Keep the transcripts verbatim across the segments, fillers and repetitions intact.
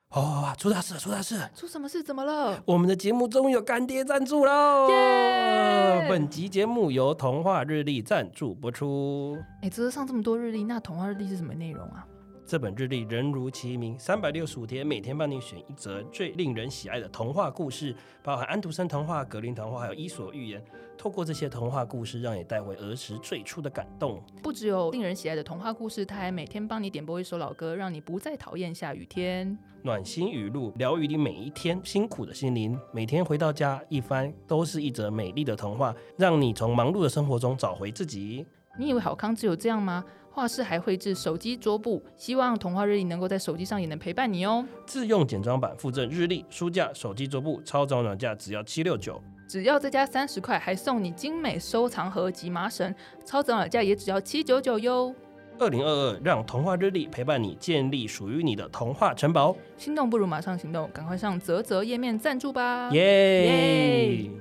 哦，出大事了，出大事了！ 出什么事？怎么了？ 我们的节目终于有干爹赞助喽！ 耶！ 本集节目由童话日历赞助播出。 哎，这上这么多日历，那童话日历是什么内容啊？ 这本日历人如其名，三百六十五天，每天帮你选一则最令人喜爱的童话故事，包含安徒生童话、格林童话，还有伊索寓言。透过这些童话故事，让你带回儿时最初的感动。 不只有令人喜爱的童话故事，它还每天帮你点播一首老歌，让你不再讨厌下雨天。 暖心语录，疗愈你每一天辛苦的心灵。每天回到家，一番都是一则美丽的童话，让你从忙碌的生活中找回自己。 你以为好康只有这样吗？画室还绘制手机桌布，希望童话日历能够在手机上也能陪伴你哦。 自用简装版附赠日历、书架、手机桌布，超早鸟价只要七百六十九， 只要再加三十块，还送你精美收藏盒及麻绳，超早鸟价也只要七百九十九哟。 二零二二让童话日历陪伴你，建立属于你的童话城堡。 心动不如马上行动，赶快上啧啧页面赞助吧！ 耶、 耶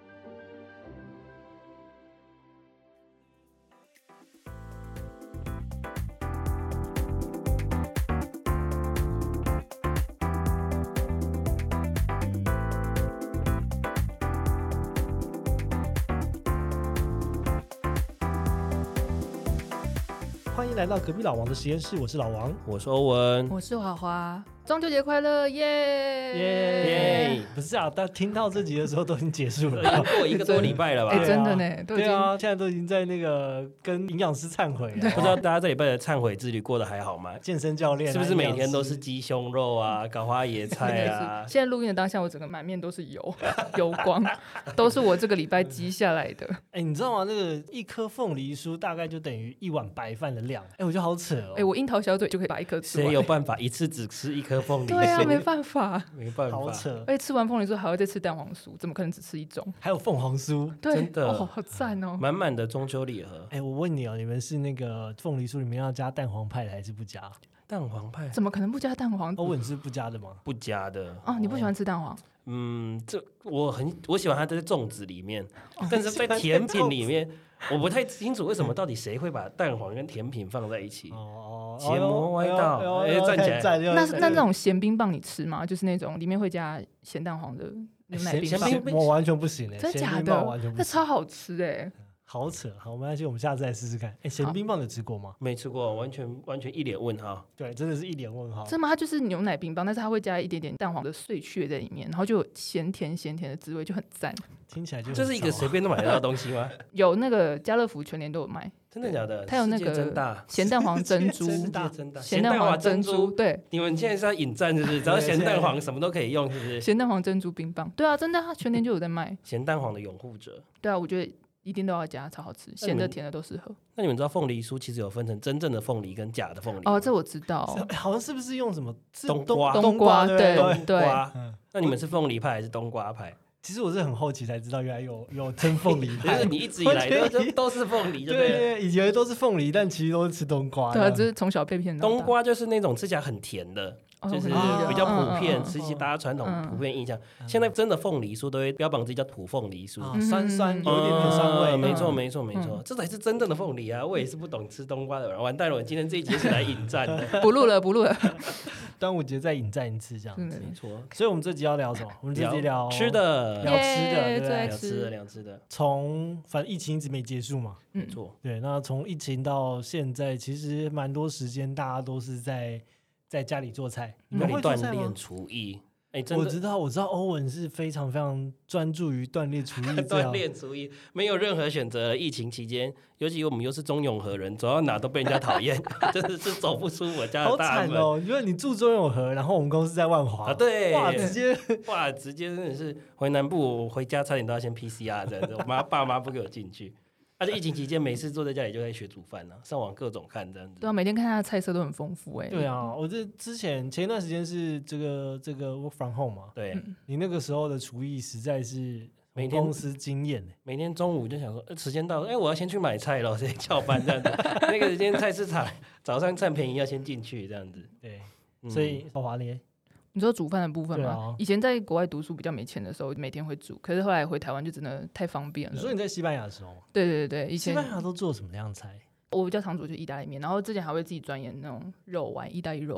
欢迎来到隔壁老王的实验室，我是老王。 我是欧文。 我是华华，中秋节快乐，耶耶、 耶不是啊，但听到这集的时候都已经结束了吧。 过一个多礼拜了吧？ 哎、 对啊真的呢，都已经、 对啊，现在都已经在那个跟营养师忏悔了。 不知道大家这礼拜的忏悔之旅过得还好吗？ 健身教练、啊、 是不是每天都是营养师鸡胸肉啊、搞花椰菜啊？ 现在录音的当下，我整个满面都是油油光，都是我这个礼拜积下来的。 哎、你知道吗？那个一颗凤梨酥大概就等于一碗白饭的量。哎、我觉得好扯哦。 哎、我樱桃小嘴就可以把一颗吃完。 谁有办法一次只吃一颗凤梨酥？ 对啊，没办法。 没办法， 好扯。 而且吃完凤梨酥还会再吃蛋黄酥，怎么可能只吃一种？ 还有凤凰酥。 对， 真的哦，好赞哦！ 满满的中秋礼盒。 哎、我问你哦，你们是那个凤梨酥里面要加蛋黄派的还是不加？ 蛋黄派怎么可能不加蛋黄？ 欧文是不加的吗？ 不加的。 哦，你不喜欢吃蛋黄？ 嗯，这我很我喜欢它在粽子里面， 哦但是在甜品里面，我不太清楚为什么到底谁会把蛋黄跟甜品放在一起。 哦， 邪魔歪道哎呦哎站起来站那那那种咸冰棒你吃吗？就是那种里面会加咸蛋黄的牛奶冰棒， 咸咸冰我完全不行哎， 真假咸冰棒的完全？不行， 那超好吃哎！ 好扯。好，没关系，我们下次再试试看。哎，咸冰棒有吃过吗？ 没吃过，完全完全一脸问号。 对，真的是一脸问号。 真的吗？它就是牛奶冰棒，但是它会加一点点蛋黄的碎屑在里面，然后就有咸甜咸甜的滋味，就很赞。 听起来就很这是一个糟随便都买得到的东西吗？ 有那个家乐福全联都有卖， 真的假的？ 它有那世界真个大， 咸蛋黄珍珠， 世界真大， 咸蛋黄珍珠，对， 你们现在是要引战是不是？只要咸蛋黄什么都可以用，是不是？ 咸蛋黄珍珠冰棒，对啊，真的，它全联就有在卖。 咸蛋黄的拥护者。 对啊，我觉得一定都要加，超好吃，咸的甜的都适合。 那你们知道凤梨酥其实有分成真正的凤梨跟假的凤梨吗？ 哦，这我知道。 哎好像是不是用什么是冬瓜冬瓜对对不对冬瓜。 嗯那你们是凤梨派还是冬瓜派？ 其实我是很后期才知道，原来有有真凤梨就派是。你一直以来都都都是凤梨，就对对了。 对，以前都是凤梨，但其实都是吃冬瓜。 对啊，这是从小被骗到大。 冬瓜就是那种吃起来很甜的， 哦就是啊比较普遍， 嗯嗯嗯吃起大家传统嗯普遍印象。现在真的凤梨酥都会标榜自己叫土凤梨酥， 啊，酸酸有嗯一点点酸味。 嗯没错嗯没错没错，这才是真正的凤梨啊！我也是不懂吃冬瓜的人，完蛋了，我今天这一集是来引战的。 不录了，不录了。 端午节再引战一次这样。 真的没错， 所以我们这集要聊什么？我们这集聊吃，的， 聊吃的对不对耶最爱聊吃的，聊吃的， 从反正疫情一直没结束嘛。 嗯没错。 对，那从疫情到现在，其实蛮多时间大家都是在在家里做菜。你们那你锻会做菜吗炼？厨艺，哎，真的我知道，我知道欧文是非常非常专注于锻炼厨艺这锻样。 炼厨艺，没有任何选择。疫情期间，尤其我们又是中永和人，走到哪都被人家讨厌，真的是走不出我家好的大门。 惨哦！因为你住中永和，然后我们公司在万华啊，对， 哇，直接哇，直接真的是回南部，我回家差点都要先 P C R 这样子，我妈爸妈不给我进去。而且疫情期间，每次坐在家里就在学煮饭啊，上网各种看这样子。 对啊，每天看他的菜色都很丰富哎。 对啊，我这之前前一段时间是这个这个 work from home 嘛， 对， 你那个时候的厨艺实在是每天公司经验欸每天中午就想说，呃时间到了，哎、我要先去买菜了，先翘班这样子。那个今天菜市场早上占便宜要先进去这样子。 对， 嗯所以华华呢？ 你说煮饭的部分吗？ 对啊以前在国外读书比较没钱的时候，每天会煮，可是后来回台湾就真的太方便了。 你说你在西班牙的时候， 对对对对，以前西班牙都做什么样的菜？ 我比较常煮就意大利面，然后之前还会自己钻研那种肉丸，意大利肉丸。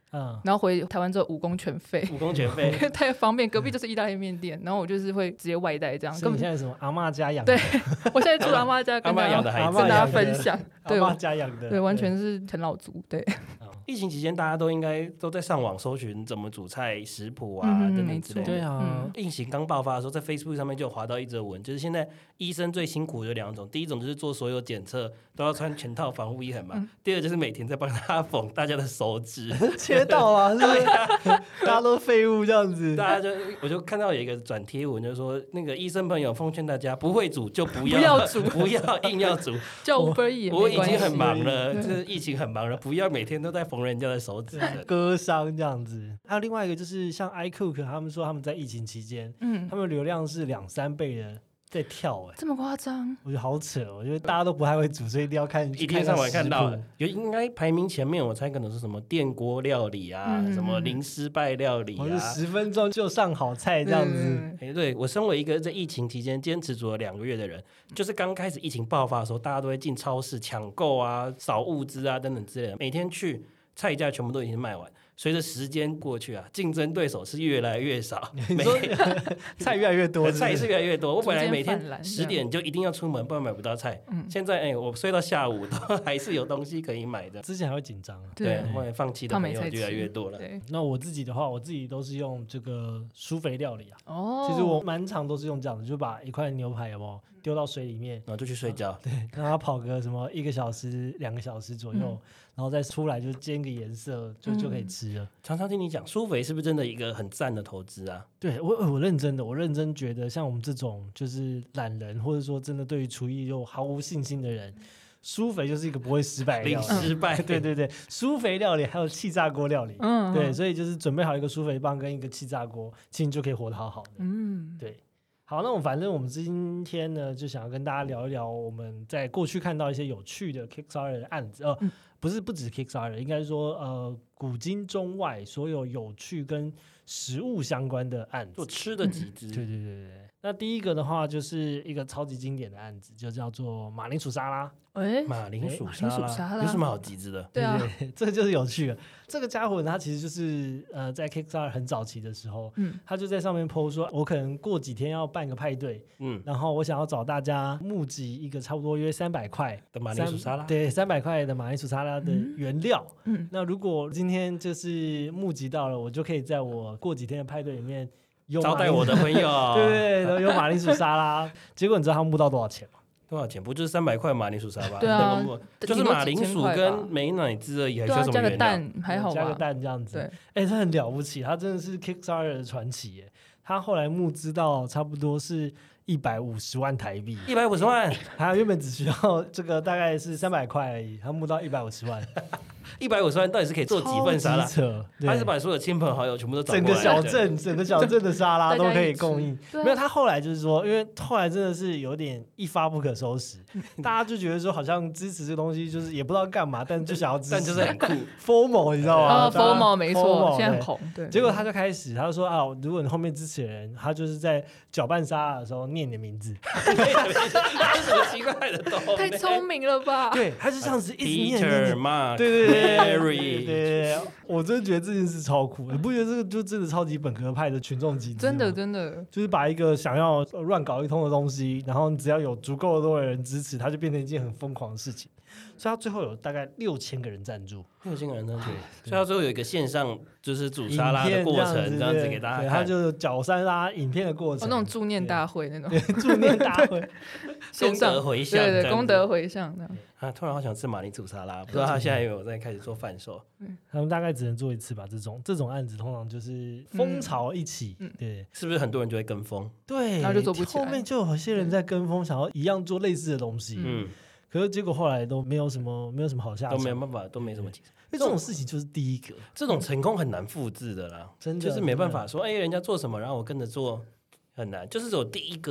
嗯， 然后回台湾之后武功全废， 武功全废， 太方便，隔壁就是意大利面店，然后我就是会直接外带这样。 所以你现在什么阿嬷家养的？ 对，我现在住阿妈家，跟阿嬷大家养的孩子跟大家分享。 阿对， 嬷家养的， 对，完全是陈老族。对， 疫情期间大家都应该都在上网搜寻怎么煮菜食谱啊、 嗯等等之类的。 对啊。 嗯疫情刚爆发的时候，在 Facebook 上面就有滑到一则文，就是现在医生最辛苦的两种，第一种就是做所有检测都要穿全套防护衣很忙， 嗯第二就是每天在帮他缝大家的手指。 切到啊，是不是？大家都废物这样子。 大家就我就看到有一个转贴文，就说那个医生朋友奉劝大家，不会煮就不要不要煮不要硬要煮。 叫 Uber E 也我已没关系。 经很忙了，这疫情很忙了，不要每天都在缝人家的手指了。 割伤这样子。还有另外一个就是像 iCook， 他们说他们在疫情期间， 嗯他，们流量是两三倍的在跳、欸，哎， 这么夸张？ 我觉得好扯。我觉得大家都不太会煮，所以一定要看， 一定上网看到食谱， 有应该排名前面，我猜可能是什么电锅料理啊， 嗯什么零失败料理啊。 我是十分钟就上好菜这样子。 嗯哎，对我身为一个在疫情期间坚持煮了两个月的人，就是刚开始疫情爆发的时候，大家都会进超市抢购啊、扫物资啊等等之类的，每天去菜价全部都已经卖完。随着时间过去啊，竞争对手是越来越少，每菜越来越多是不是， 菜是越来越多。我本来每逐渐泛滥天十点就一定要出门，不然买不到菜。 嗯现在哎，我睡到下午都还是有东西可以买的。 之前还会紧张啊。 对，后来放弃的怕没菜朋友越来吃越多了。 对， 那我自己的话，我自己都是用这个舒肥料理啊。 哦， 其实我蛮常都是用这样的，就把一块牛排有没有丢到水里面， 然后就去睡觉。 对，让它跑个什么一个小时、两个小时左右， 嗯然后再出来就煎个颜色，就、 嗯就可以吃了。 常常听你讲，舒肥是不是真的一个很赞的投资啊？ 对我，我认真的，我认真觉得，像我们这种就是懒人，或者说真的对于厨艺又毫无信心的人，舒肥就是一个不会失败的料零理。 失败， 对对对，舒肥料理还有气炸锅料理， 嗯， 对，所以就是准备好一个舒肥棒跟一个气炸锅，其实你就可以活得好好的。 嗯， 对，好，那我反正我们今天呢，就想要跟大家聊一聊我们在过去看到一些有趣的 Kickstarter 的案子，呃， 嗯不是不止 Kickstarter，应该说呃，古今中外所有有趣跟食物相关的案子做。吃的集资。 对对对对对，那第一个的话就是一个超级经典的案子，就叫做马铃薯沙拉。 哎， 马铃薯马沙铃薯沙拉有什么好集资的？ 对啊， 对对，这个就是有趣的。这个家伙呢，他其实就是呃，在 Kickstarter 很早期的时候， 嗯他就在上面 po 说，我可能过几天要办个派对， 嗯， 然后我想要找大家募集一个差不多约三百块的马铃薯沙拉。 对，三百块的马铃薯沙拉的原料。 嗯， 那如果今天就是募集到了，我就可以在我过几天的派对里面有招马铃待我的朋友， 对对对，然后有马铃薯沙拉。结果你知道他募到多少钱吗？ 多少钱？不就是三百块马铃薯沙拉？ 对啊就是马铃薯跟美乃滋而已，还需对啊，加个要什么原料？ 蛋还好加个吧？ 蛋这样子。 对， 哎、这很了不起，他真的是 Kickstarter 的传奇耶。他后来募资到差不多是一百五十万台币， 一百五十万， 还有原本只需要这个大概是三百块而已，他募到一百五十万， 一百五十万到底是可以做几份沙拉超级？扯，对他是把所有亲朋好友全部都找整个过来小镇，整个小镇的沙拉都可以供应。 对啊没有，他后来就是说，因为后来真的是有点一发不可收拾，大家就觉得说好像支持这个东西就是也不知道干嘛，但就想要支持， 但就是很酷。 FOMO 你知道吗？ 啊大家 ，FOMO 没错， FOMO， 现在很对红。对， 结果他就开始，他就说啊，如果你后面支持的人，他就是在搅拌沙拉的时候念你的名字， 这是什么奇怪的东西？ 太聪明了吧？ 对，他就这样子一直念念 Peter 念。 Mark， 对对对对对 Harry， 对，我真的觉得这件事超酷，你不觉得这个就真的超级本格派的群众集资吗？ 真的真的， 就是把一个想要乱搞一通的东西，然后只要有足够多的人支持，它就变成一件很疯狂的事情。所以他最后有大概六千个人赞助， 六千个人真的， 对所以他最后有一个线上就是煮沙拉的影片过程，这样子对给大家看。 对他就搅沙拉影片的过哦， 程， 那种助念大会那种对助念大会， 功德回向， 对对， 这样子功德回向这样。 啊！突然好想吃马铃薯沙拉，不知道他现在有没有在开始做贩售？ 他们大概只能做一次吧。这种这种案子通常就是风潮一起， 嗯对是不是很多人就会跟风？ 对， 然后就做不起来后面就有些人在跟风，想要一样做类似的东西， 嗯， 可是结果后来都没有什么没有什么好下场， 都没有办法，都没什么起色。 因为这种事情就是第一个， 这种成功很难复制的啦， 真的就是没办法说，哎、人家做什么，然后我跟着做，很难。就是只有第一个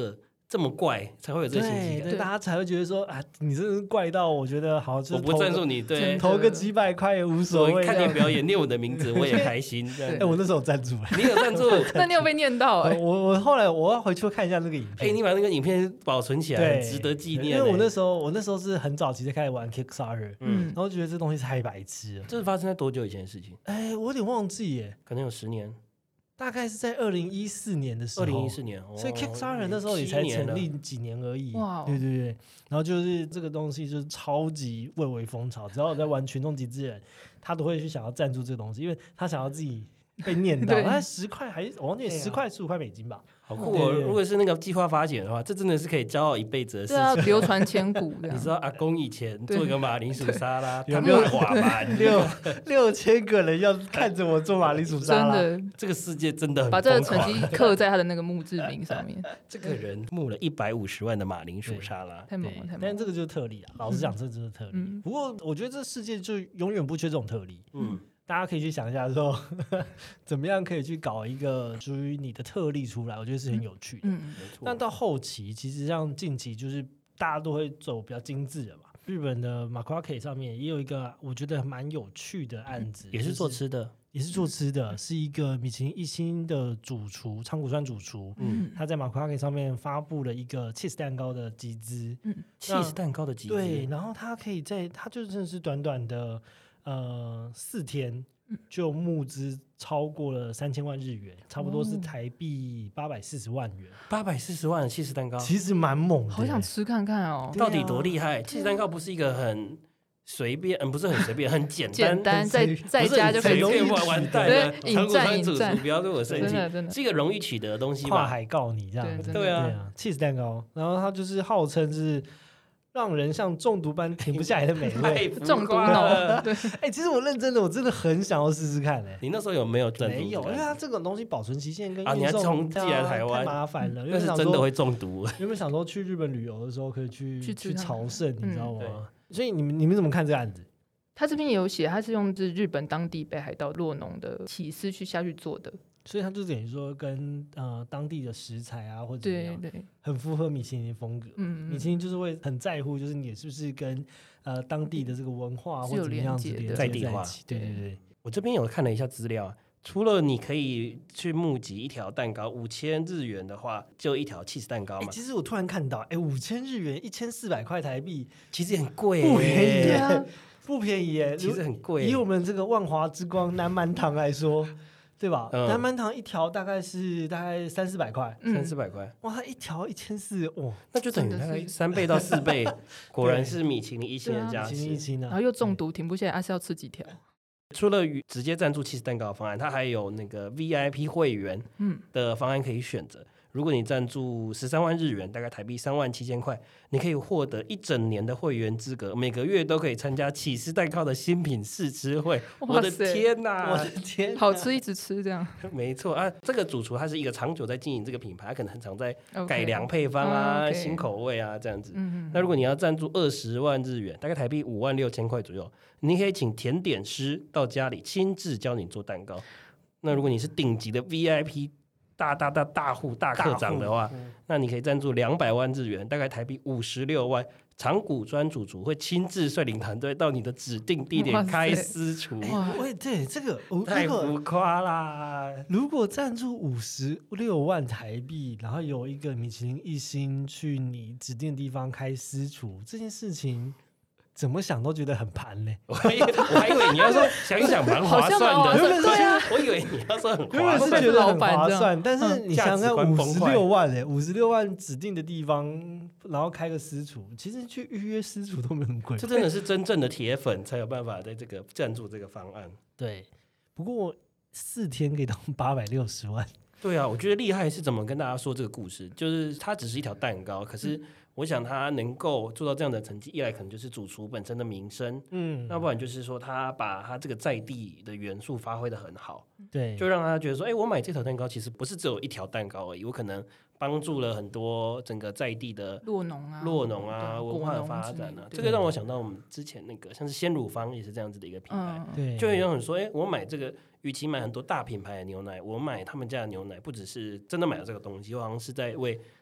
这么怪才会有这个新奇感。 对对，大家才会觉得说啊，你真的是怪到我觉得好，就是我不赞助你，对， 投个几百块也无所谓。 我看你表演，念我的名字，我也开心。 哎，我那时候有赞助， 你有赞助？ 那你有被念到？哎， 我我后来我要回去看一下那个影片。 哎，你把那个影片保存起来，很值得纪念。 因为我那时候我那时候是很早期就开始玩 Kickstarter， 嗯， 然后觉得这东西太白痴了。 这是发生在多久以前的事情？ 哎，我有点忘记耶， 可能有十年。 大概是在二零一四年的时候， 二零一四年， 哦、所以 Kickstarter 那时候也才成立几年而已。 哇， 对对对，然后就是这个东西就是超级蔚为风潮，只要有在玩群众集资人，他都会去想要赞助这个东西，因为他想要自己被念到。他十块还我忘记十块十五块美金吧。 好酷哦！如果是那个计划发起的话，这真的是可以骄傲一辈子的事情， 对啊，流传千古。 你知道阿公以前做一个马铃薯沙拉， 有六滑板， 六六千个人要看着我做马铃薯沙拉， 真的， 这个世界真的很把这个成绩刻在他的那个墓志铭上面。 这个人募了一百五十万的马铃薯沙拉， 太猛了，太猛了。 但这个就是特例啊，老实讲，这就是特例。嗯、不过我觉得这世界就永远不缺这种特例。嗯。大家可以去想一下说怎么样可以去搞一个属于你的特例出来，我觉得是很有趣的。嗯，那到后期其实像近期就是大家都会走比较精致的嘛，日本的 Makrake 上面也有一个我觉得蛮有趣的案子， 也是做吃的， 也是做吃的，是一个米其林一星的主厨，长谷川主厨，嗯，他在 Makrake 上面发布了一个 cheese 蛋糕的集资，嗯 cheese 蛋糕的集资， 对，然后他可以在他就真的是短短的。呃，四天就募资超过了三千万日元，差不多是台币八百四十万元。 八百四十万的起司蛋糕， 其实蛮猛的， 好想吃看看哦。 到底多厉害？起司蛋糕不是一个很随便，嗯，不是很随便，很简单， 简单在在家就可以容易完蛋了。 引战引战， 不要对我生气，是一个容易取得的东西吧？ 跨海告你这样， 对啊， 起司蛋糕，然后它就是号称是。让人像中毒般停不下来的美味， 中毒脑。对， 哎，其实我认真的，我真的很想要试试看哎。 你那时候有没有？ 没有，因为它这种东西保存期限跟啊，你还从寄来台湾太麻烦了， 那是真的会中毒。 原本想说去日本旅游的时候可以去去去朝圣，你知道吗？所以你们你们怎么看这个案子？ 他这边也有写，他是用日本当地北海道洛农的起司去下去做的。 所以它就等于说跟呃当地的食材啊或者怎么样， 对对， 很符合米其林的风格。嗯，米其林就是会很在乎，就是你是不是跟呃当地的这个文化或者怎么样子的在地化。 对对对， 我这边有看了一下资料，除了你可以去募集一条蛋糕五千日元的话，就一条起司蛋糕嘛。 其实我突然看到，哎，五千日元一千四百块台币， 其实很贵， 不便宜耶，不便宜耶， 其实很贵。 以我们这个万华之光南蛮堂来说。对吧？嗯、南蛮堂一条大概是大概三四百块， 三四百块， 哇，它一条一千四，哇， 那就等于大概三倍到四倍，果然是米其林一星的价值。 然后又中毒停不下来，还是要吃几条。 除了直接赞助起司蛋糕的方案，它还有那个 V I P 会员的方案可以选择。如果你赞助十三万日元，大概台币三万七千块，你可以获得一整年的会员资格，每个月都可以参加起司蛋糕的新品试吃会。我的天哪， 我的天， 好吃一直吃这样。 没错啊，这个主厨他是一个长久在经营这个品牌，他可能很常在改良配方啊、okay. 新口味啊这样子。嗯、那如果你要赞助二十万日元，大概台币五万六千块左右，你可以请甜点师到家里亲自教你做蛋糕。那如果你是顶级的 V I P。大大大大户大课长的话，嗯、那你可以赞助两百万日元，大概台币五十六万。长谷川主厨会亲自率领团队到你的指定地点开私厨。 喂，对这个太浮夸啦！ 如果赞助五十六万台币，然后有一个米其林一星去你指定地方开私厨，这件事情。怎么想都觉得很盘嘞， 我还以为你要说想一想蛮划算的， 对啊， 我以为你要说很划算， 原本是觉得很划算，但是你想想看，五十六万哎，五十六万指定的地方，然后开个私厨，其实去预约私厨都没那么贵， 这真的是真正的铁粉才有办法在这个赞助这个方案。 对，不过四天可以到八百六十万。 对啊，我觉得厉害是怎么跟大家说这个故事，就是它只是一条蛋糕，可是。我想他能够做到这样的成绩，一来可能就是主厨本身的名声，嗯，那不然就是说他把他这个在地的元素发挥得很好， 对， 就让他觉得说，哎、欸，我买这条蛋糕其实不是只有一条蛋糕而已，我可能帮助了很多整个在地的酪农啊、 酪农啊文化的发展啊，这个让我想到我们之前那个像是鲜乳坊也是这样子的一个品牌， 对、嗯， 就有人说，哎、欸，我买这个。与其买很多大品牌的牛奶，我买他们家的牛奶，不只是真的买了这个东西，我好像是在为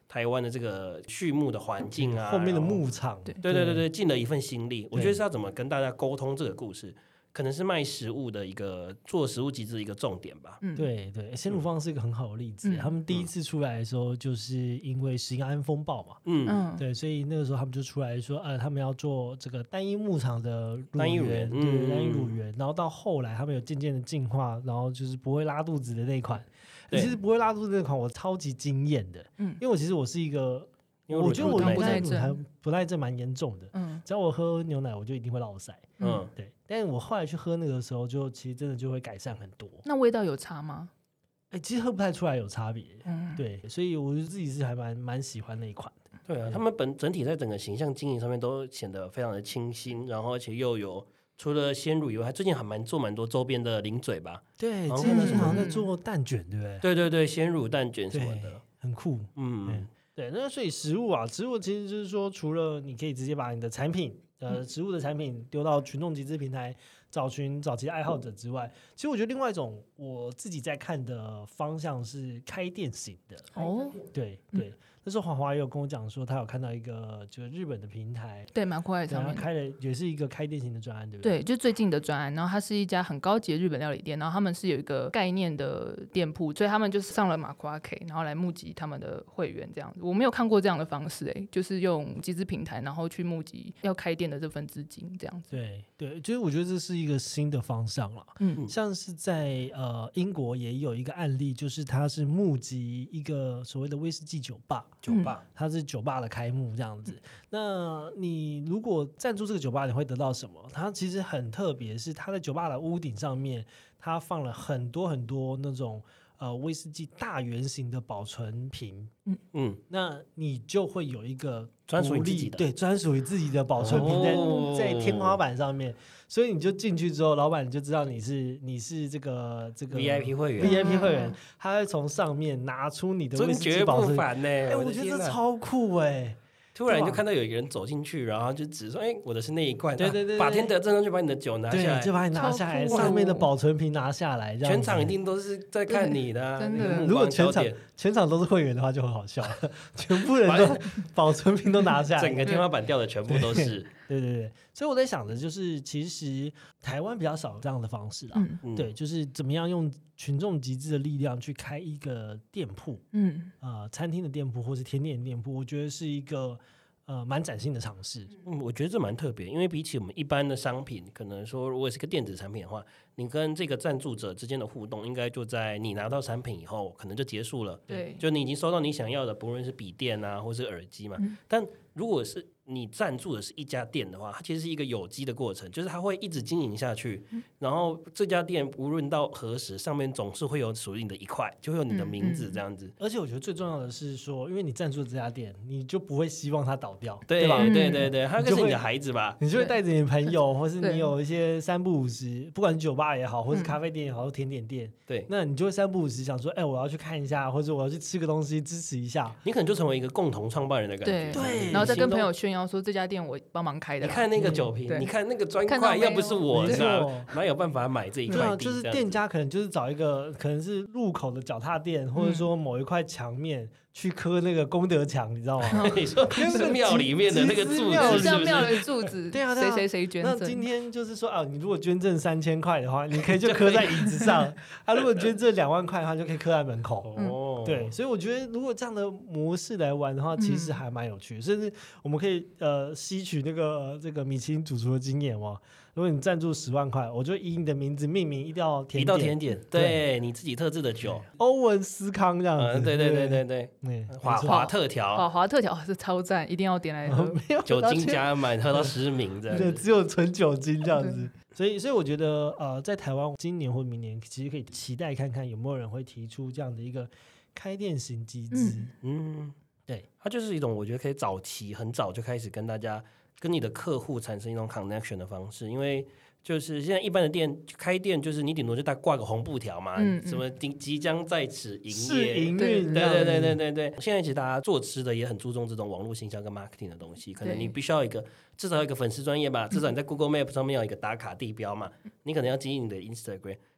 台湾的这个畜牧的环境啊， 后面的牧场， 对对对对对，尽了一份心力。我觉得是要怎么跟大家沟通这个故事，可能是卖食物的一个做食物集资的一个重点吧。 嗯， 对对，鲜乳坊是一个很好的例子。 嗯、 他们第一次出来的时候，就是因为食安风暴嘛， 嗯嗯， 对，所以那个时候他们就出来说，呃，他们要做这个单一牧场的乳单一乳源， 源， 对， 嗯、 单一乳源。然后到后来，他们有渐渐的进化，然后就是不会拉肚子的那一款。其实不会拉肚子的那款，我超级惊艳的，嗯，因为我其实我是一个，我觉得我不耐症不耐症蛮严重的， 嗯， 只要我喝牛奶，我就一定会落腮， 嗯， 对。但是我后来去喝那个的时候，就其实真的就会改善很多。 那味道有差吗？ 哎、欸，其实喝不太出来有差别， 嗯， 对，所以我自己是还蛮蛮喜欢那一款的。 对啊，他们本整体在整个形象经营上面都显得非常的清新，然后而且又有。除了鲜乳以外，最近还蛮做蛮多周边的零嘴吧？ 对，之前好像在做蛋卷，对不对？ 对对对，鲜乳蛋卷什么的， 很酷。嗯，对。那所以食物啊，食物其实就是说，除了你可以直接把你的产品，呃，食物的产品丢到群众集资平台，找寻找其他爱好者之外，其实我觉得另外一种我自己在看的方向是开店型的。 哦， 对对。那时候华华也有跟我讲说，他有看到一个就是日本的平台， 对，马库爱上面开了，也是一个开店型的专案，对不对？ 对，就最近的专案，然后它是一家很高级的日本料理店，然后他们是有一个概念的店铺，所以他们就是上了马库阿 K， 然后来募集他们的会员这样子。我没有看过这样的方式、欸，就是用集资平台，然后去募集要开店的这份资金这样子。 对对，就是我觉得这是一个新的方向了。嗯，像是在呃英国也有一个案例，就是他是募集一个所谓的威士忌酒吧， 酒吧， 嗯、它是酒吧的开幕这样子，那你如果赞助这个酒吧，你会得到什么？它其实很特别，是它的酒吧的屋顶上面，它放了很多很多那种呃威士忌大圆形的保存瓶，嗯嗯，那你就会有一个专属于自己的， 对，专属于自己的保存瓶在、哦、在天花板上面，所以你就进去之后，老板就知道你是你是这个这个 V I P 会员 ，V I P 会员，他会从上面拿出你的威士忌保存， 不凡呢、欸， 哎、欸，我觉得这超酷哎、欸。 突然就看到有一个人走进去，然后就指说：“哎、欸，我的是那一罐。” 对对 对, 對， 把天德正上去把你的酒拿下来， 就把你拿下来，上面的保存瓶拿下来，这样全场一定都是在看你的、啊。 真的， 如果全场全场都是会员的话，就很好笑，全部人都保存瓶都拿下来， 整个天花板掉的全部都是。 对对对，所以我在想的就是，其实台湾比较少这样的方式啦。嗯、对，就是怎么样用群众集资的力量去开一个店铺，嗯，呃，餐厅的店铺或是甜点的店铺，我觉得是一个。呃，蛮崭新的尝试。 嗯，我觉得这蛮特别，因为比起我们一般的商品，可能说如果是个电子产品的话，你跟这个赞助者之间的互动，应该就在你拿到产品以后，可能就结束了。 对， 就你已经收到你想要的，不论是笔电啊，或是耳机嘛。嗯、但如果是你赞助的是一家店的话，它其实是一个有机的过程，就是它会一直经营下去。嗯、然后这家店无论到何时，上面总是会有属于你的一块，就会有你的名字这样子。嗯嗯、 而且我觉得最重要的是说，因为你赞助这家店，你就不会希望它倒掉， 对, 对吧？ 对对对，它就是你的孩子吧， 你就会带着你的朋友，或是你有一些三不五时，不管是酒吧也好，或是咖啡店也好，或甜点店， 对， 那你就会三不五时想说，哎、欸，我要去看一下，或者我要去吃个东西支持一下， 你可能就成为一个共同创办人的感觉， 对， 然后再跟朋友炫耀说这家店我帮忙开的。 你看那个酒瓶，嗯、你看那个砖块，要不是我，哪有办法买这一块地？ 对啊，就是店家可能就是找一个可能是路口的脚踏垫，或者说某一块墙面。去刻那个功德墙，你知道吗？ 你说是庙里面的那个柱子， 像庙的柱子， 对啊， 谁谁谁捐赠。 那今天就是说啊，你如果捐赠三千块的话，你可以就刻在椅子上；啊，如果捐赠两万块的话，就可以刻在门口。哦，对，所以我觉得如果这样的模式来玩的话，其实还蛮有趣的，甚至我们可以呃吸取那个、呃、这个米其林主厨的经验嘛。如果你赞助十万块，我就以你的名字命名一道甜点， 一道甜点，对, 对你自己特制的酒， 欧文斯康这样子， 嗯、对对对对对，对华华特调， 华华特调是超赞，一定要点来喝， 哦、 酒精加满，喝到失明这样子， 对，只有纯酒精这样子。所以，所以我觉得，呃，在台湾今年或明年，其实可以期待看看有没有人会提出这样的一个开店型机制。嗯，嗯对， 它就是一种我觉得可以早期很早就开始跟大家。跟你的客户产生一种 connection 的方式，因为就是现在一般的店开店，就是你顶多就大挂个红布条嘛，嗯嗯什么即将在此营业， 营运，对对对对对对。现在其实大家做吃的也很注重这种网络行销跟 marketing 的东西，可能你必须要一个至少有一个粉丝专页吧，至少你在 Google Map 上面要有一个打卡地标嘛，你可能要经营你的 Instagram。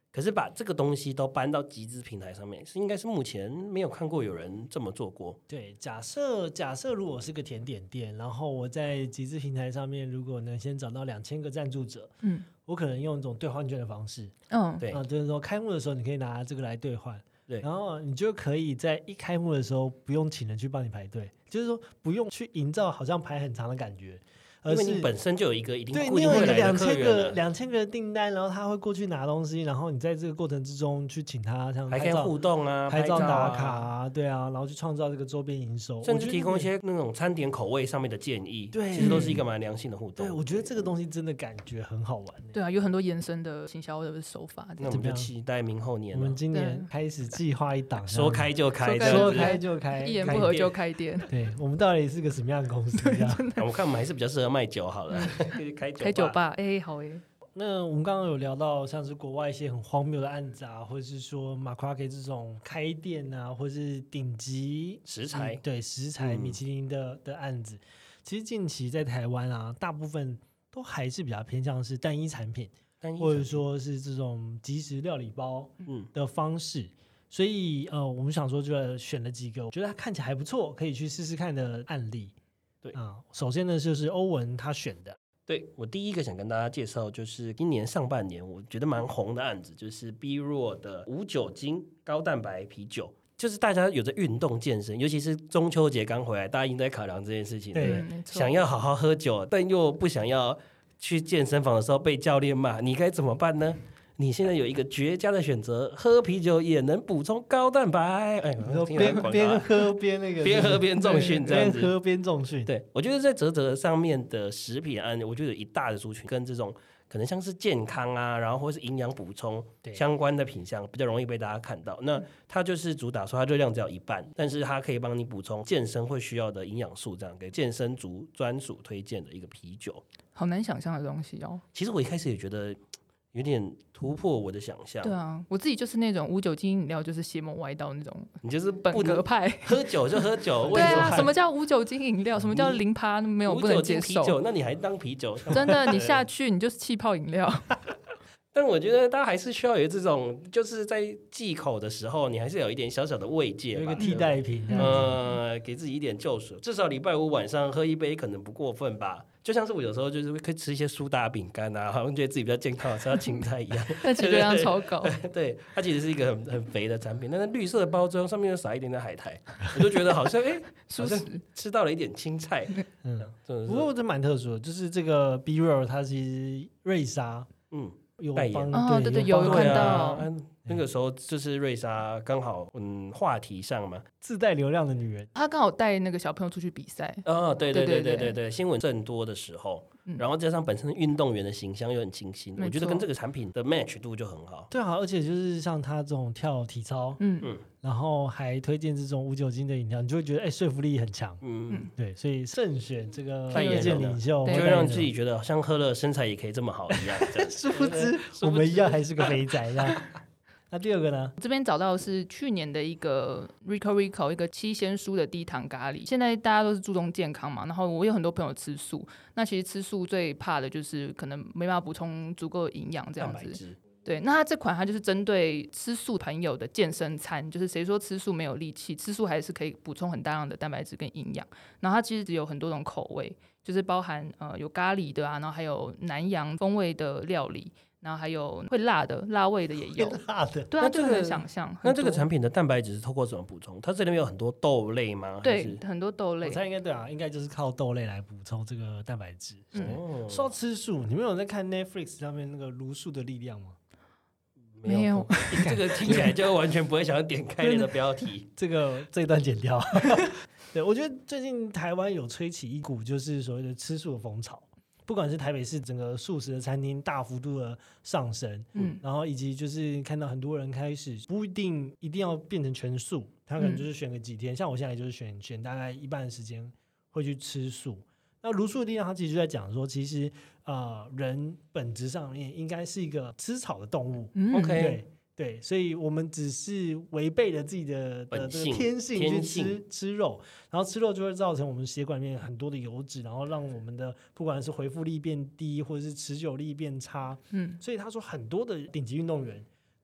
可是把这个东西都搬到集资平台上面，是应该是目前没有看过有人这么做过。 对，假设假设如果是个甜点店，然后我在集资平台上面，如果能先找到两千个赞助者，嗯，我可能用一种兑换券的方式，嗯，对啊，就是说开幕的时候你可以拿这个来兑换。对，然后你就可以在一开幕的时候不用请人去帮你排队，就是说不用去营造好像排很长的感觉， 因为你本身就有一个一定对， 固定会来的客源了， 两千个两千个订单，然后他会过去拿东西，然后你在这个过程之中去请他像还可以互动啊， 拍照打卡啊，对啊，然后去创造这个周边营收， 甚至提供一些那种餐点口味上面的建议，对，其实都是一个蛮良性的互动。 对，我觉得这个东西真的感觉很好玩。 对啊，有很多延伸的行销的手法。 那我们就期待明后年， 我们今年开始计划一档， 说开就开， 说开就开， 一言不合就开店。 对，我们到底是个什么样的公司？ 我看我们还是比较适合卖酒好了。开酒吧， 开酒吧，哎、欸，好哎、欸。 那我们刚刚有聊到像是国外一些很荒谬的案子啊，或者是说马夸克这种开店啊，或是顶级食材， 对食材米其林的、嗯、的案子，其实近期在台湾啊，大部分都还是比较偏向是单一产品，单一产品或者说是这种即食料理包的方式。嗯，所以呃，我们想说就选了几个，我觉得它看起来还不错，可以去试试看的案例。对啊，首先呢就是欧文他选的。 对，我第一个想跟大家介绍就是今年上半年我觉得蛮红的案子，就是 B 弱的无酒精高蛋白啤酒。就是大家有着运动健身，尤其是中秋节刚回来，大家应该考量这件事情，对，对，想要好好喝酒，但又不想要去健身房的时候被教练骂，你该怎么办呢？你现在有一个绝佳的选择，喝啤酒也能补充高蛋白。哎， 边边喝边那个， 边喝边重训这样子， 边喝边重训。 对，我觉得在嘖嘖上面的食品案，我觉得有一大的族群跟这种可能像是健康啊，然后或是营养补充相关的品项比较容易被大家看到。那它就是主打说它热量只要一半，但是它可以帮你补充健身会需要的营养素，这样给健身族专属推荐的一个啤酒。 好难想象的东西哦。 其实我一开始也觉得有点突破我的想象。 对啊，我自己就是那种无酒精饮料就是邪门歪道那种， 你就是本格派， 喝酒就喝酒。 对啊，什么叫无酒精饮料？什么叫零趴？没有，不能接受。 无酒精啤酒，那你还当啤酒？ 真的，你下去你就是气泡饮料。 但我觉得大家还是需要有这种，就是在忌口的时候，你还是有一点小小的慰藉吧， 有一个替代品， 呃，给自己一点救赎。至少礼拜五晚上喝一杯可能不过分吧。就像是我有时候就是可以吃一些苏打饼干啊，好像觉得自己比较健康，吃到青菜一样， 但其实热量超高。 对，它其实是一个很很肥的产品，但是绿色的包装上面又撒一点点海苔，我就觉得好像哎，好像吃到了一点青菜。 嗯，不过这蛮特殊的，就是这个 B Real 它其实瑞莎，嗯。有代言哦，对对，有有看到、 嗯，那个时候就是瑞莎刚好嗯话题上嘛， 自带流量的女人， 她刚好带那个小朋友出去比赛， 哦，对对对对对对，新闻正多的时候，嗯、然后加上本身运动员的形象又很清新，我觉得跟这个产品的 match 度就很好。 对啊，而且就是像他这种跳体操，嗯嗯，然后还推荐这种无酒精的饮料，你就会觉得哎、欸、说服力很强，嗯嗯，对，所以慎选这个意见领袖， 就会让自己觉得像喝了身材也可以这么好一样。 殊不知我们一样还是个肥宅呀。那第二个呢？ 这边找到的是去年的一个 Rico Rico 一个七仙蔬的低糖咖喱。现在大家都是注重健康嘛，然后我有很多朋友吃素，那其实吃素最怕的就是可能没办法补充足够的营养这样子。对，那它这款它就是针对吃素朋友的健身餐，就是谁说吃素没有力气，吃素还是可以补充很大量的蛋白质跟营养。然后它其实有很多种口味，就是包含呃有咖喱的啊，然后还有南洋风味的料理。然后还有会辣的，辣味的也有， 辣的， 对啊，就很想象。 那这个产品的蛋白质是透过怎么补充？它这里面有很多豆类吗？ 对，很多豆类。 我猜应该对啊，应该就是靠豆类来补充这个蛋白质。嗯，说到吃素，你们有在看 Netflix 上面那个《茹素的力量》吗？ 没有， 这个听起来就完全不会想要点开你的标题。 这个这一段剪掉。对，我觉得最近台湾有吹起一股就是所谓的吃素的风潮。不管是台北市整个素食的餐厅大幅度的上升，嗯，然后以及就是看到很多人开始不一定一定要变成全素，他可能就是选个几天，嗯、像我现在就是选选大概一半的时间会去吃素。那茹素的力量，他其实就在讲说，其实呃人本质上面应该是一个吃草的动物、嗯、，OK， 对。对，所以我们只是违背了自己的的这个天性去吃吃肉，然后吃肉就会造成我们血管里面很多的油脂，然后让我们的不管是回复力变低，或者是持久力变差。嗯，所以他说很多的顶级运动员，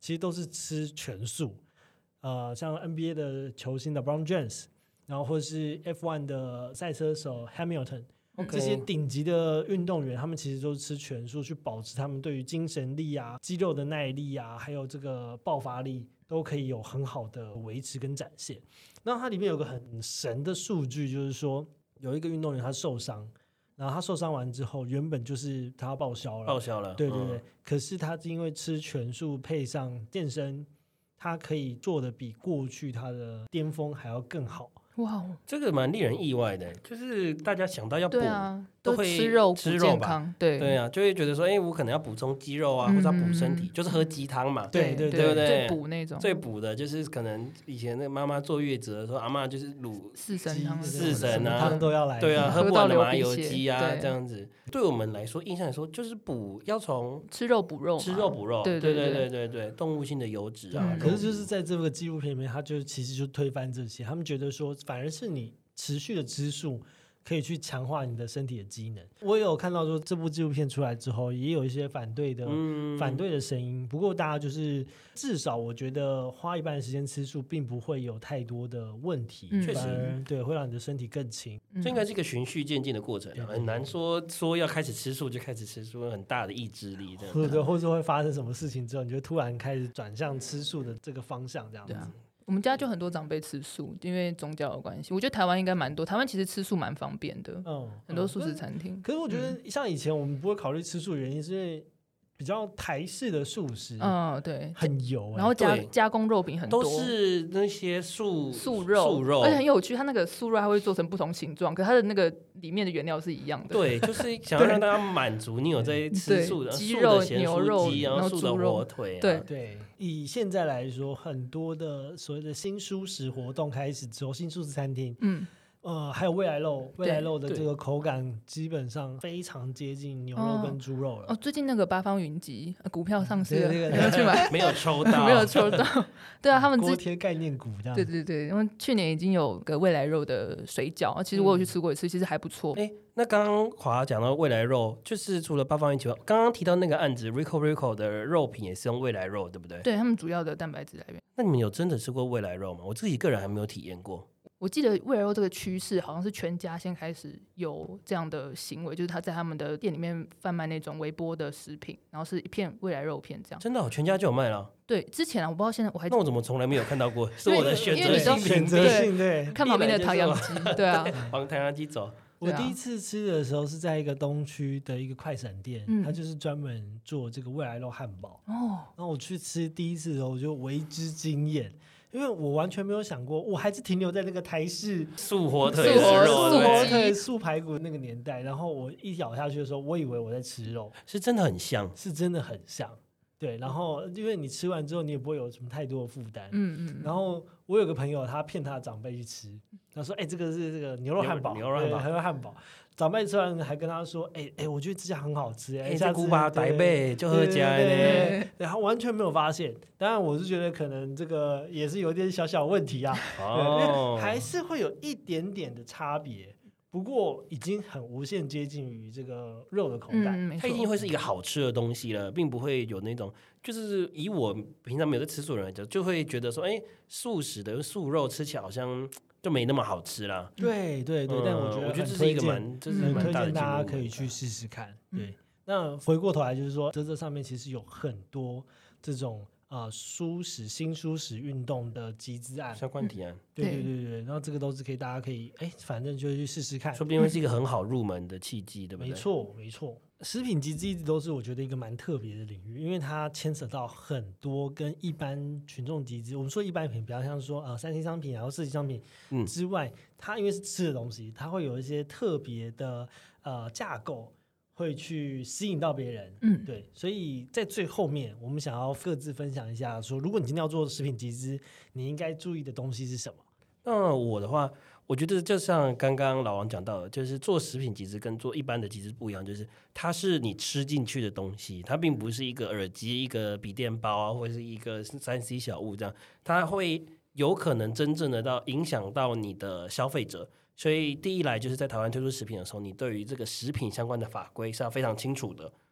其实都是吃全素。呃，像 N B A 的球星的 LeBron James， 然后或是 F 一 的赛车手 Hamilton、okay. 这些顶级的运动员，他们其实都是吃全素，去保持他们对于精神力啊、肌肉的耐力啊，还有这个爆发力都可以有很好的维持跟展现。那它里面有个很神的数据，就是说有一个运动员他受伤，然后他受伤完之后，原本就是他要报销了， 报销了， 对对对、 嗯。 可是他因为吃全素配上健身，他可以做的比过去他的巅峰还要更好。 哇， 这个蛮令人意外的，就是大家想到要补， 啊、 都会吃肉补吃肉健康，对对啊，就会觉得说，哎、欸，我可能要补充肌肉啊，嗯、或者要补身体，就是喝鸡汤嘛， 对对对, 对不对？ 最补那种， 最补的就是可能以前那个妈妈坐月子的时候，阿嬷就是卤四神汤， 四神啊， 汤都要来， 对啊，喝不完的麻油鸡啊， 对这样子。对我们来说，印象来说就是补，要从吃肉补肉， 吃肉补肉， 对对对对对对，动物性的油脂啊。 嗯、可是就是在这个纪录片里面，他就其实就推翻这些，他们觉得说，反而是你持续的吃素可以去强化你的身体的机能。我也有看到说这部纪录片出来之后，也有一些反对的、嗯、反对的声音。不过大家就是至少我觉得花一半的时间吃素，并不会有太多的问题， 确、嗯、实对，会让你的身体更轻。 这应该是一个循序渐进的过程、啊，很难说说要开始吃素就开始吃素，很大的意志力这样。 或者或者会发生什么事情之后，你就突然开始转向吃素的这个方向，这样子。 我们家就很多长辈吃素，因为宗教的关系。我觉得台湾应该蛮多，台湾其实吃素蛮方便的，嗯，很多素食餐厅。 可是我觉得像以前我们不会考虑吃素的原因，是因为比较台式的素食， 嗯，对， 很油、欸， 然后加加工肉品很多， 都是那些素素肉， 素肉， 而且很有趣，它那个素肉它会做成不同形状，可是它的那个里面的原料是一样的。 对，就是想要让大家满足你有在吃素的鸡肉、 素的牛肉， 然后素的火腿、啊， 对对。以现在来说，很多的所谓的新蔬食活动开始之后，新素食餐厅，嗯。呃，还有未来肉，未来肉的这个口感基本上非常接近牛肉跟猪肉了。 哦，最近那个八方云集股票上市了，有没有去买？ 没有抽到， 没有抽到。对啊，他们锅贴概念股这样。 对对对，因为去年已经有个未来肉的水饺，其实我有去吃过一次，嗯、其实还不错。 哎，那刚刚华讲到未来肉，就是除了八方云集，刚刚提到那个案子 ，Rico Rico 的肉品也是用未来肉，对不对？ 对，他们主要的蛋白质来源。 那你们有真的吃过未来肉吗？我自己个人还没有体验过。 我记得未来肉这个趋势好像是全家先开始有这样的行为，就是他在他们的店里面贩卖那种微波的食品，然后是一片未来肉片这样。 真的、哦，全家就有卖了。 对，之前啊，我不知道现在我还那我怎么从来没有看到过？是我的选择性选择性对， 看旁边的唐扬鸡，对啊， 往唐扬鸡走。 我第一次吃的时候是在一个东区的一个快闪店，嗯、它就是专门做这个未来肉汉堡。哦，然后我去吃第一次的时候，我就为之惊艳。因为我完全没有想过，我还是停留在那个台式素火腿、素肉、 素火腿、素排骨那个年代。然后我一咬下去的时候，我以为我在吃肉， 是真的很像， 是真的很像。对，然后因为你吃完之后，你也不会有什么太多的负担。嗯嗯。然后我有个朋友，他骗他的长辈去吃，他说：“哎、欸，这个是这个牛肉汉堡， 牛肉汉堡， 牛肉汉堡。”长辈吃完还跟他说：“哎、欸、哎、欸，我觉得这家很好吃，哎、 欸，下次把台北就喝家呢。” 然后完全没有发现。当然，我是觉得可能这个也是有点小小问题啊，哦，还是会有一点点的差别。不过已经很无限接近于这个肉的口感， 嗯、 它一定会是一个好吃的东西了，并不会有那种就是以我平常没有在吃素的人来讲，就会觉得说，哎、欸，素食的素肉吃起来好像就没那么好吃啦。 对对对，嗯、但我觉得我觉得这是一个蛮，这是蛮推荐大的大家可以去试试看。对，那回过头来就是说，在这上面其实有很多这种。呃，蔬食新蔬食运动的集资案、 相关提案， 对对对对，然后这个都是可以，大家可以哎，反正就去试试看， 说不定会是一个很好入门的契机，对不对？ 没错没错，食品集资一直都是我觉得一个蛮特别的领域，因为它牵扯到很多跟一般群众集资，我们说一般品，比较像说呃三 C 商品，然后四 C 商品之外，嗯、它因为是吃的东西，它会有一些特别的呃架构。会去吸引到别人，嗯，对，所以在最后面，我们想要各自分享一下说，说如果你今天要做食品集资，你应该注意的东西是什么？ 那我的话，我觉得就像刚刚老王讲到的，就是做食品集资跟做一般的集资不一样，就是它是你吃进去的东西，它并不是一个耳机、一个笔电包啊，或者是一个三 C 小物这样，它会有可能真正的到影响到你的消费者。所以第一来就是在台湾推出食品的时候，你对于这个食品相关的法规是要非常清楚的。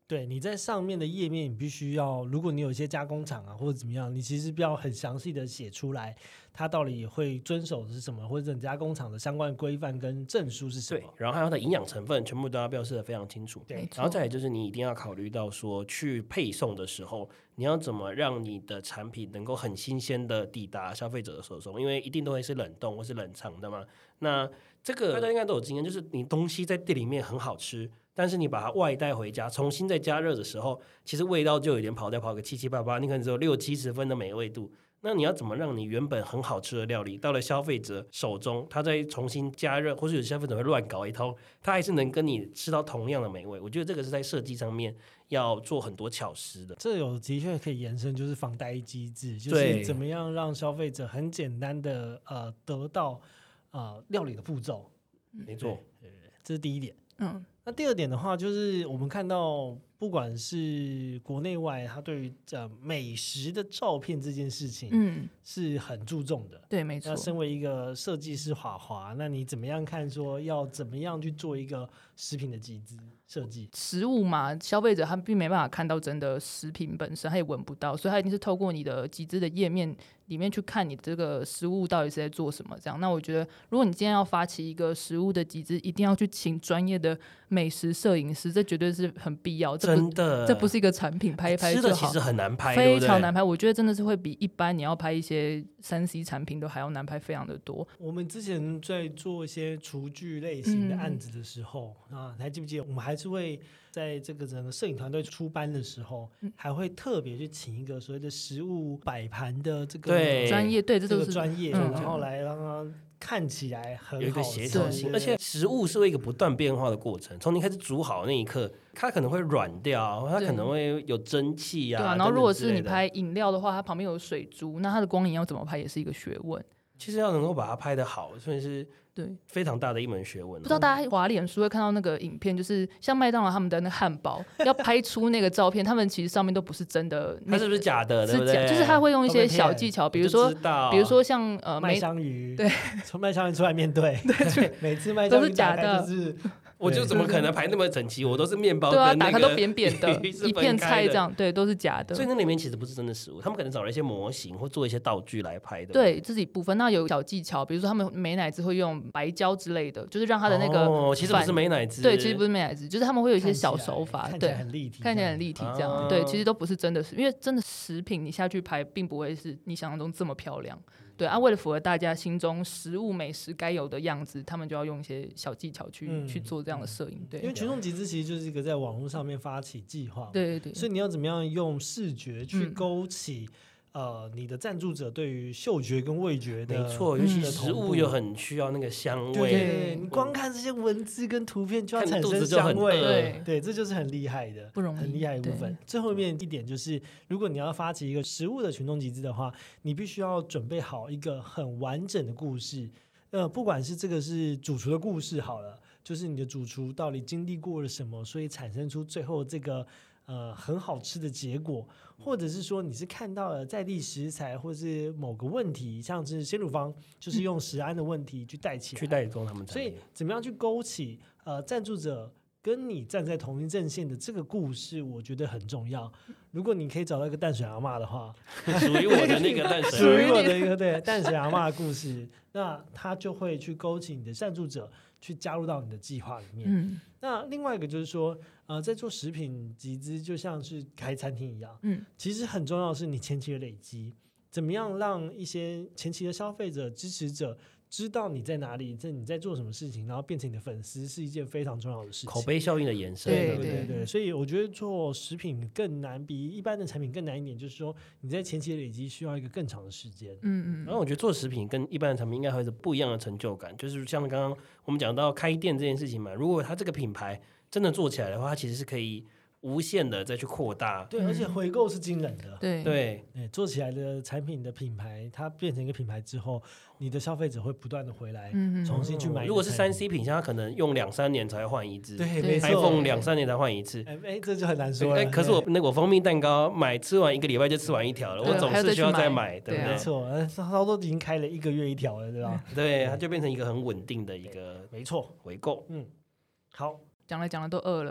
对，你在上面的页面，你必须要，如果你有一些加工厂啊或者怎么样，你其实要很详细的写出来，它到底会遵守的是什么，或者加工厂的相关规范跟证书是什么。 对，然后还有它的营养成分全部都要标示的非常清楚。 对， 然后再来就是你一定要考虑到说，去配送的时候，你要怎么让你的产品能够很新鲜的抵达消费者的手中，因为一定都会是冷冻或是冷藏的嘛。那这个大家应该都有经验，就是你东西在店里面很好吃，但是你把它外带回家，重新再加热的时候，其实味道就有点跑掉，跑个七七八八，你可能只有六七十分的美味度。那你要怎么让你原本很好吃的料理到了消费者手中，他再重新加热，或是有消费者会乱搞一通，他还是能跟你吃到同样的美味？我觉得这个是在设计上面要做很多巧思的。 这有的确可以延伸，就是防呆机制，就是怎么样让消费者很简单的呃得到呃料理的步骤。 没错， 对，这是第一点。 嗯， 那第二点的话，就是我们看到不管是国内外，他对于呃美食的照片这件事情，嗯，是很注重的。 对，没错。 那身为一个设计师华华，那你怎么样看说要怎么样去做一个食品的集资设计？ 食物嘛，消费者他并没办法看到真的食品本身，他也闻不到，所以他一定是透过你的集资的页面里面去看你这个食物到底是在做什么。这样，那我觉得，如果你今天要发起一个食物的集资，一定要去请专业的美食摄影师，这绝对是很必要。 真的， 这不是一个产品拍一拍就好， 吃的其实很难拍， 非常难拍。我觉得真的是会比一般你要拍一些三 C 产品都还要难拍，非常的多。 我们之前在做一些厨具类型的案子的时候、嗯、啊，还记不记得我们还是会在这个整个摄影团队出班的时候、嗯、还会特别去请一个所谓的食物摆盘的这个专业，对，这都是专业、 嗯、 然后来让它看起来很好， 有一个协调性，而且食物是一个不断变化的过程。从你开始煮好那一刻，它可能会软掉，它可能会有蒸汽啊。 对啊，然后如果是你拍饮料的话，它旁边有水珠，那它的光影要怎么拍也是一个学问。 其实要能够把它拍得好，所以是对非常大的一门学问。 不知道大家滑脸书会看到那个影片，就是像麦当劳他们的那汉堡要拍出那个照片，他们其实上面都不是真的， 它是不是假的？ 是假，就是他会用一些小技巧，比如说，比如说像呃麦香鱼， 对， 从麦香鱼出来面对， 对， 每次麦香鱼打开就是我就怎么可能排那么整齐？我都是面包跟那个打开都扁扁的，一片菜这样，对，都是假的。 所以那里面其实不是真的食物，他们可能找了一些模型或做一些道具来拍的。 对，这是一部分。那有小技巧，比如说他们美乃滋会用白胶之类的，就是让它的那个哦，其实不是美乃滋， 对，其实不是美乃滋，就是他们会有一些小手法，对， 很立体， 看起来很立体这样。 啊、 对，其实都不是真的，因为真的食品你下去拍，并不会是你想象中这么漂亮。对啊，为了符合大家心中食物美食该有的样子，他们就要用一些小技巧去、嗯、去做这样的摄影。对， 因为群众集资其实就是一个在网络上面发起计划， 对对对， 所以你要怎么样用视觉去勾起、嗯、呃你的赞助者对于嗅觉跟味觉的， 没错，尤其食物又很需要那个香味， 对, 对，你光看这些文字跟图片就要产生香味，对对，这就是很厉害的， 不容易， 很厉害的部分。最后面一点就是，如果你要发起一个食物的群众集资的话，你必须要准备好一个很完整的故事，呃，不管是这个是主厨的故事好了，就是你的主厨到底经历过了什么，所以产生出最后这个呃很好吃的结果，或者是说你是看到了在地食材，或是某个问题，像是鲜乳坊就是用食安的问题去带起来， 去带动他们， 所以怎么样去勾起呃赞助者跟你站在同一阵线的这个故事，我觉得很重要。如果你可以找到一个淡水阿嬷的话， 属于我的那个淡水， 属于我的一个对淡水阿嬷的故事，那他就会去勾起你的赞助者去加入到你的计划里面。嗯，那另外一个就是说，呃，在做食品集资，就像是开餐厅一样，嗯，其实很重要的是你前期的累积，怎么样让一些前期的消费者、支持者知道你在哪里，你在做什么事情，然后变成你的粉丝，是一件非常重要的事情。 口碑效应的延伸， 对对 对, 对，所以我觉得做食品更难，比一般的产品更难一点，就是说你在前期的累积需要一个更长的时间。 嗯嗯。然后我觉得做食品跟一般的产品应该会是不一样的成就感，就是像刚刚我们讲到开店这件事情嘛，如果它这个品牌真的做起来的话，它其实是可以无限的再去扩大， 对，而且回购是惊人的， 对对对，做起来的产品的品牌，它变成一个品牌之后，你的消费者会不断的回来，嗯、重新去买、嗯。 如果是三 C 品，像它可能用两三年才换一支， 对，没错 ，iPhone 两三年才换一次， 哎、欸，这就很难说了。 可是我那个我蜂蜜蛋糕买吃完一个礼拜就吃完一条了，我总是需要再买，对不对？ 没错，它都已经开了一个月一条了，对吧？ 对，它就变成一个很稳定的一个， 没错， 回购。 嗯，好， 讲来讲了都饿了。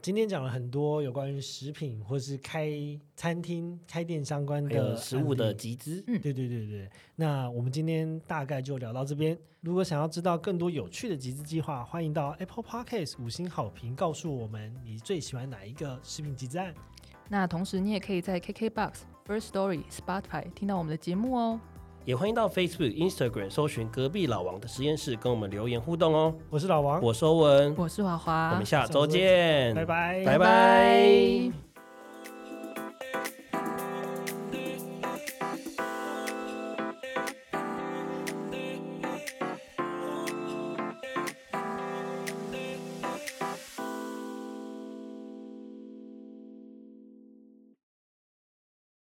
今天讲了很多有关于食品或是开餐厅开店相关的食物的集资。 嗯，对对对对。那我们今天大概就聊到这边。如果想要知道更多有趣的集资计划，欢迎到 Apple Podcast 五星好评告诉我们你最喜欢哪一个食品集资案。 那同时你也可以在 K K B O X、Firstory、Spotify 听到我们的节目哦。 也欢迎到 Facebook、Instagram 搜寻隔壁老王的实验室，跟我们留言互动哦。 我是老王， 我是欧文， 我是华华， 我们下周见， 拜拜， 拜拜。